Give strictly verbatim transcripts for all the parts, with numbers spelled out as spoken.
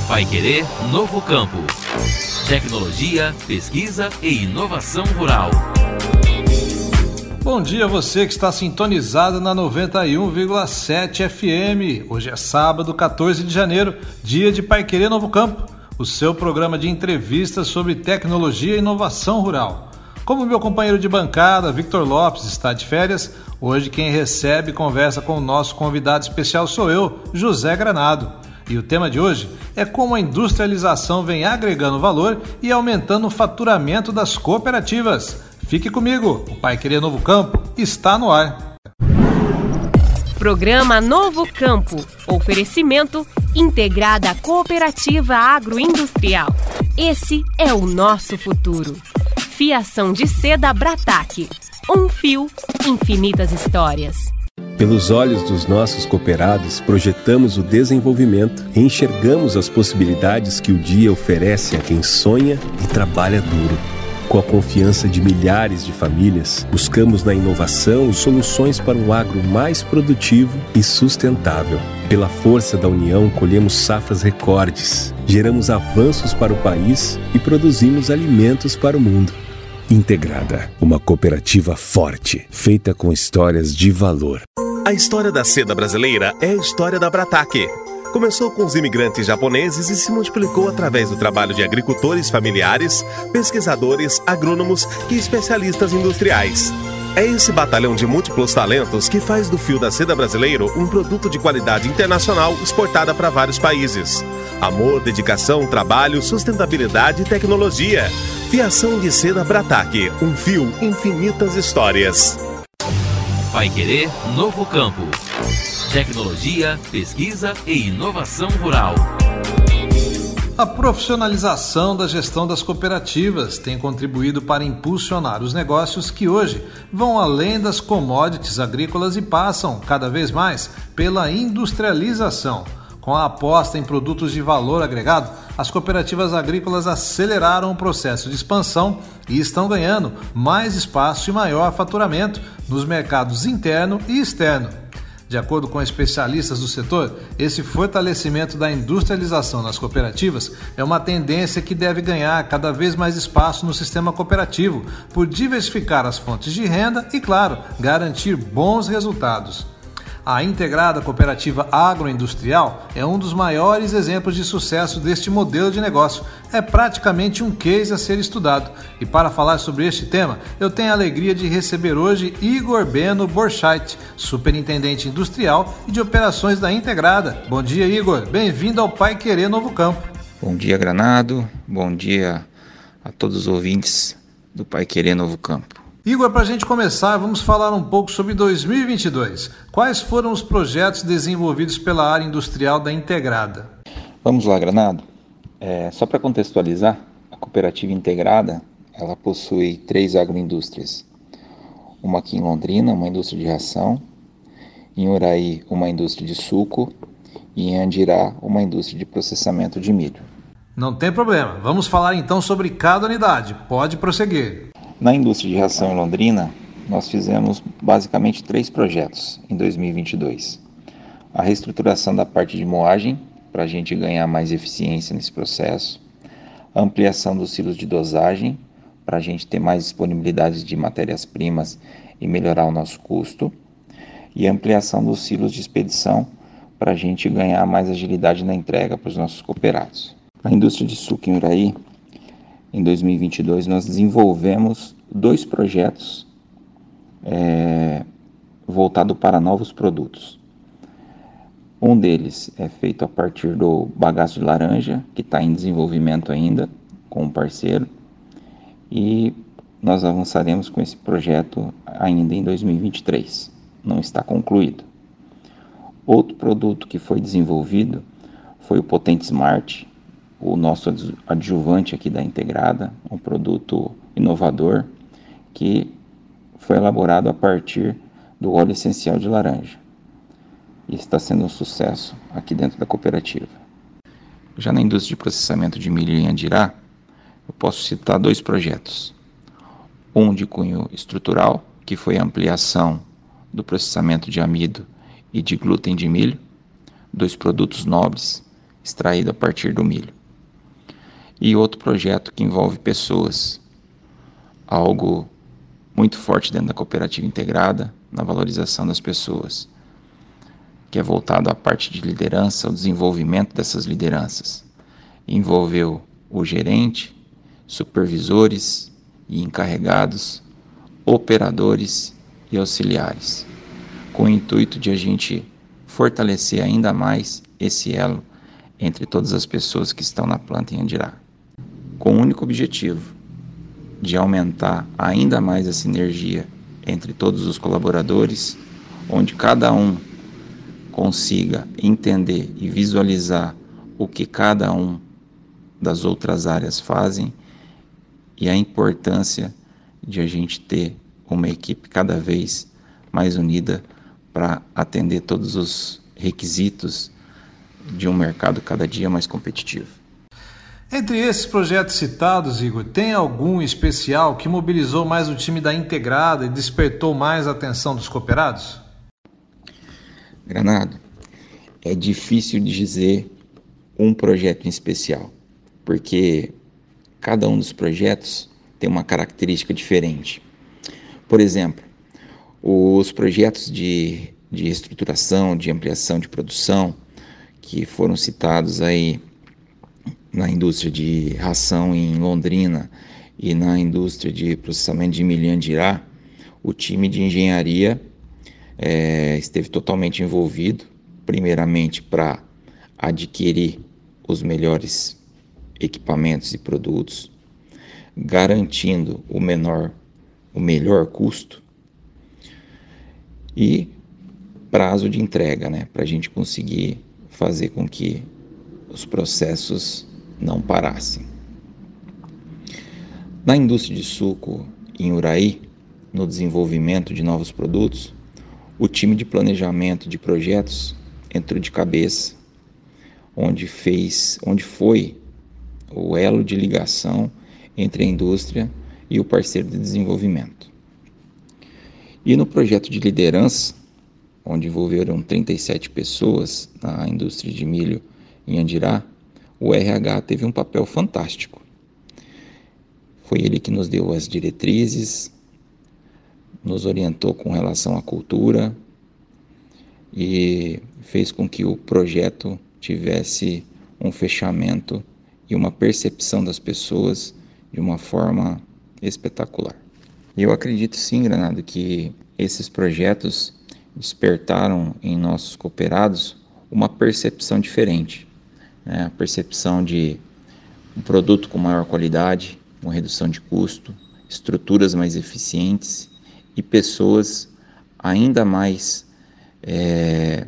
Paiquerê Novo Campo. Tecnologia, pesquisa e inovação rural. Bom dia a você que está sintonizado na noventa e um vírgula sete F M. Hoje é sábado, quatorze de janeiro, dia de Paiquerê Novo Campo, o seu programa de entrevistas sobre tecnologia e inovação rural. Como meu companheiro de bancada, Victor Lopes, está de férias, hoje quem recebe e conversa com o nosso convidado especial sou eu, José Granado. E o tema de hoje é como a industrialização vem agregando valor e aumentando o faturamento das cooperativas. Fique comigo, o Paiquerê Novo Campo está no ar. Programa Novo Campo. Oferecimento Integrada Cooperativa Agroindustrial. Esse é o nosso futuro. Fiação de seda Brataque. Um fio, infinitas histórias. Pelos olhos dos nossos cooperados, projetamos o desenvolvimento e enxergamos as possibilidades que o dia oferece a quem sonha e trabalha duro. Com a confiança de milhares de famílias, buscamos na inovação soluções para um agro mais produtivo e sustentável. Pela força da união, colhemos safras recordes, geramos avanços para o país e produzimos alimentos para o mundo. Integrada, uma cooperativa forte, feita com histórias de valor. A história da seda brasileira é a história da Brataque. Começou com os imigrantes japoneses e se multiplicou através do trabalho de agricultores familiares, pesquisadores, agrônomos e especialistas industriais. É esse batalhão de múltiplos talentos que faz do fio da seda brasileiro um produto de qualidade internacional exportada para vários países. Amor, dedicação, trabalho, sustentabilidade e tecnologia. Fiação de seda Brataque, um fio, infinitas histórias. Paiquerê Novo Campo. Tecnologia, pesquisa e inovação rural. A profissionalização da gestão das cooperativas tem contribuído para impulsionar os negócios que hoje vão além das commodities agrícolas e passam, cada vez mais, pela industrialização. Com a aposta em produtos de valor agregado, as cooperativas agrícolas aceleraram o processo de expansão e estão ganhando mais espaço e maior faturamento nos mercados interno e externo. De acordo com especialistas do setor, esse fortalecimento da industrialização nas cooperativas é uma tendência que deve ganhar cada vez mais espaço no sistema cooperativo, por diversificar as fontes de renda e, claro, garantir bons resultados. A Integrada Cooperativa Agroindustrial é um dos maiores exemplos de sucesso deste modelo de negócio. É praticamente um case a ser estudado. E para falar sobre este tema, eu tenho a alegria de receber hoje Igor Beno Borchait, Superintendente Industrial e de Operações da Integrada. Bom dia, Igor. Bem-vindo ao Paiquerê Novo Campo. Bom dia, Granado. Bom dia a todos os ouvintes do Paiquerê Novo Campo. Igor, para a gente começar, vamos falar um pouco sobre dois mil e vinte e dois. Quais foram os projetos desenvolvidos pela área industrial da Integrada? Vamos lá, Granado. É, só para contextualizar, a cooperativa Integrada, ela possui três agroindústrias. Uma aqui em Londrina, uma indústria de ração, em Uraí, uma indústria de suco e em Andirá, uma indústria de processamento de milho. Não tem problema. Vamos falar então sobre cada unidade. Pode prosseguir. Na indústria de ração em Londrina, nós fizemos basicamente três projetos em dois mil e vinte e dois. A reestruturação da parte de moagem, para a gente ganhar mais eficiência nesse processo. A ampliação dos silos de dosagem, para a gente ter mais disponibilidade de matérias-primas e melhorar o nosso custo. E a ampliação dos silos de expedição, para a gente ganhar mais agilidade na entrega para os nossos cooperados. Na indústria de suco em Uraí, em dois mil e vinte e dois, nós desenvolvemos dois projetos é, voltados para novos produtos. Um deles é feito a partir do bagaço de laranja, que está em desenvolvimento ainda com um parceiro, e nós avançaremos com esse projeto ainda em dois mil e vinte e três. Não está concluído. Outro produto que foi desenvolvido foi o Potente Smart, o nosso adjuvante aqui da Integrada, um produto inovador que foi elaborado a partir do óleo essencial de laranja e está sendo um sucesso aqui dentro da cooperativa. Já na indústria de processamento de milho em Andirá, eu posso citar dois projetos. Um de cunho estrutural, que foi a ampliação do processamento de amido e de glúten de milho, dois produtos nobres extraído a partir do milho. E outro projeto que envolve pessoas, algo muito forte dentro da cooperativa integrada, na valorização das pessoas, que é voltado à parte de liderança, ao desenvolvimento dessas lideranças. Envolveu o gerente, supervisores e encarregados, operadores e auxiliares, com o intuito de a gente fortalecer ainda mais esse elo entre todas as pessoas que estão na planta em Andirá, com o único objetivo de aumentar ainda mais a sinergia entre todos os colaboradores, onde cada um consiga entender e visualizar o que cada um das outras áreas fazem e a importância de a gente ter uma equipe cada vez mais unida para atender todos os requisitos de um mercado cada dia mais competitivo. Entre esses projetos citados, Igor, tem algum especial que mobilizou mais o time da Integrada e despertou mais a atenção dos cooperados? Granado, é difícil de dizer um projeto em especial, porque cada um dos projetos tem uma característica diferente. Por exemplo, os projetos de, de estruturação, de ampliação de produção, que foram citados aí na indústria de ração em Londrina e na indústria de processamento de milho em Andirá, o time de engenharia é, esteve totalmente envolvido, primeiramente para adquirir os melhores equipamentos e produtos, garantindo o menor, o melhor custo e prazo de entrega, né, para a gente conseguir fazer com que os processos não parassem. Na indústria de suco em Uraí, no desenvolvimento de novos produtos, o time de planejamento de projetos entrou de cabeça, onde fez, onde foi o elo de ligação entre a indústria e o parceiro de desenvolvimento. E no projeto de liderança, onde envolveram trinta e sete pessoas na indústria de milho em Andirá, o R H teve um papel fantástico. Foi ele que nos deu as diretrizes, nos orientou com relação à cultura e fez com que o projeto tivesse um fechamento e uma percepção das pessoas de uma forma espetacular. Eu acredito sim, Granado, que esses projetos despertaram em nossos cooperados uma percepção diferente, né? A percepção de um produto com maior qualidade, uma redução de custo, estruturas mais eficientes e pessoas ainda mais é,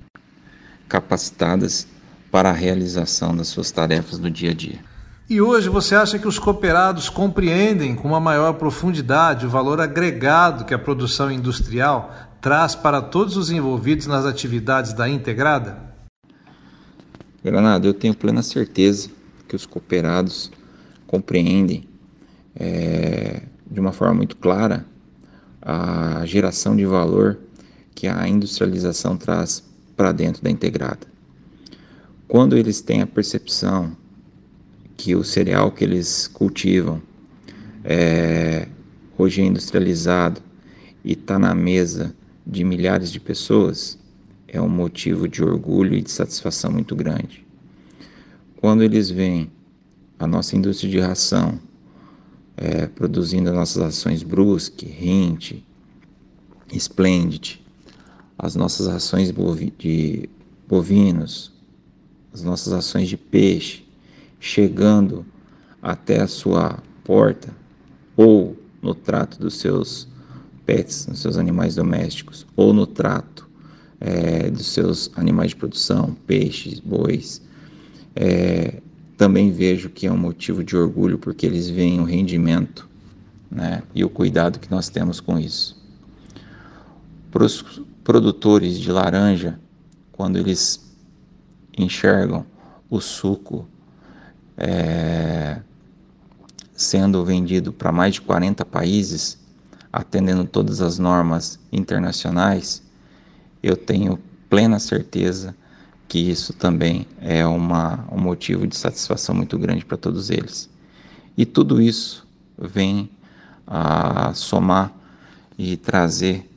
capacitadas para a realização das suas tarefas do dia a dia. E hoje você acha que os cooperados compreendem com uma maior profundidade o valor agregado que a produção industrial traz para todos os envolvidos nas atividades da Integrada? Granado, eu tenho plena certeza que os cooperados compreendem é, de uma forma muito clara a geração de valor que a industrialização traz para dentro da Integrada. Quando eles têm a percepção que o cereal que eles cultivam é, hoje é industrializado e está na mesa de milhares de pessoas, é um motivo de orgulho e de satisfação muito grande. Quando eles veem a nossa indústria de ração é, produzindo as nossas ações Brusque, Rint, Splendid, as nossas ações de bovinos, as nossas ações de peixe, chegando até a sua porta ou no trato dos seus pets, dos seus animais domésticos, ou no trato é, dos seus animais de produção, peixes, bois, é, também vejo que é um motivo de orgulho porque eles veem o rendimento, né, e o cuidado que nós temos com isso. Para os produtores de laranja, quando eles enxergam o suco é, sendo vendido para mais de quarenta países, atendendo todas as normas internacionais, eu tenho plena certeza que isso também é uma, um motivo de satisfação muito grande para todos eles. E tudo isso vem a somar e trazer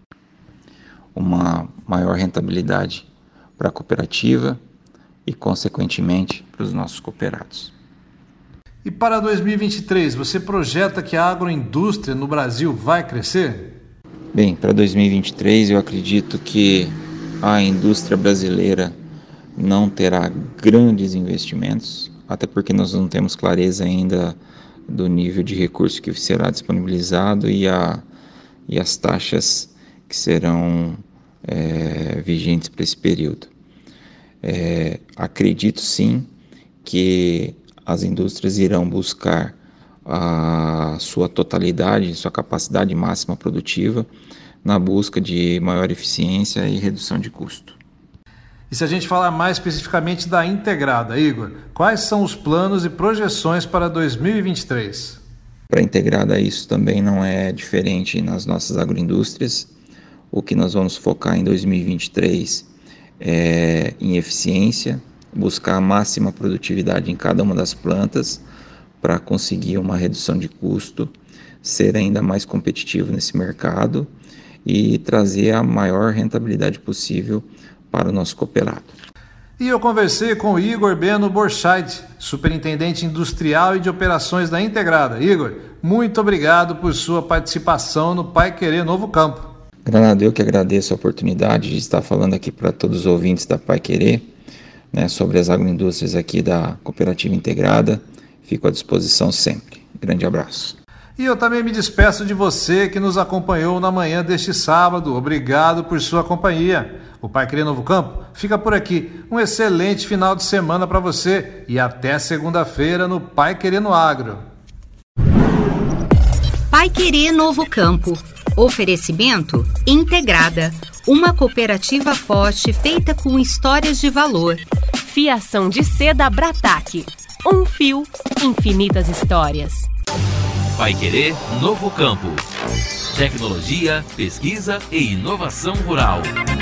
uma maior rentabilidade para a cooperativa e, consequentemente, para os nossos cooperados. E para dois mil e vinte e três, você projeta que a agroindústria no Brasil vai crescer? Bem, para dois mil e vinte e três eu acredito que a indústria brasileira não terá grandes investimentos, até porque nós não temos clareza ainda do nível de recurso que será disponibilizado e, a, e as taxas que serão é, vigentes para esse período. É, acredito sim que as indústrias irão buscar a sua totalidade, sua capacidade máxima produtiva na busca de maior eficiência e redução de custo. E se a gente falar mais especificamente da Integrada, Igor, quais são os planos e projeções para dois mil e vinte e três? Para a Integrada isso também não é diferente nas nossas agroindústrias. O que nós vamos focar em dois mil e vinte e três é em eficiência, buscar a máxima produtividade em cada uma das plantas para conseguir uma redução de custo, ser ainda mais competitivo nesse mercado e trazer a maior rentabilidade possível para o nosso cooperado. E eu conversei com o Igor Beno Borchardt, superintendente industrial e de operações da Integrada. Igor, muito obrigado por sua participação no Pai Querer Novo Campo. Granado, eu que agradeço a oportunidade de estar falando aqui para todos os ouvintes da Pai Querer, né, sobre as agroindústrias aqui da Cooperativa Integrada. Fico à disposição sempre. Grande abraço. E eu também me despeço de você que nos acompanhou na manhã deste sábado. Obrigado por sua companhia. O Pai Querer Novo Campo fica por aqui. Um excelente final de semana para você e até segunda-feira no Pai Querer no Agro. Pai Querer Novo Campo. Oferecimento Integrada, uma cooperativa forte feita com histórias de valor. Fiação de seda Brataque. Um fio, infinitas histórias. Pai Querer Novo Campo. Tecnologia, pesquisa e inovação rural.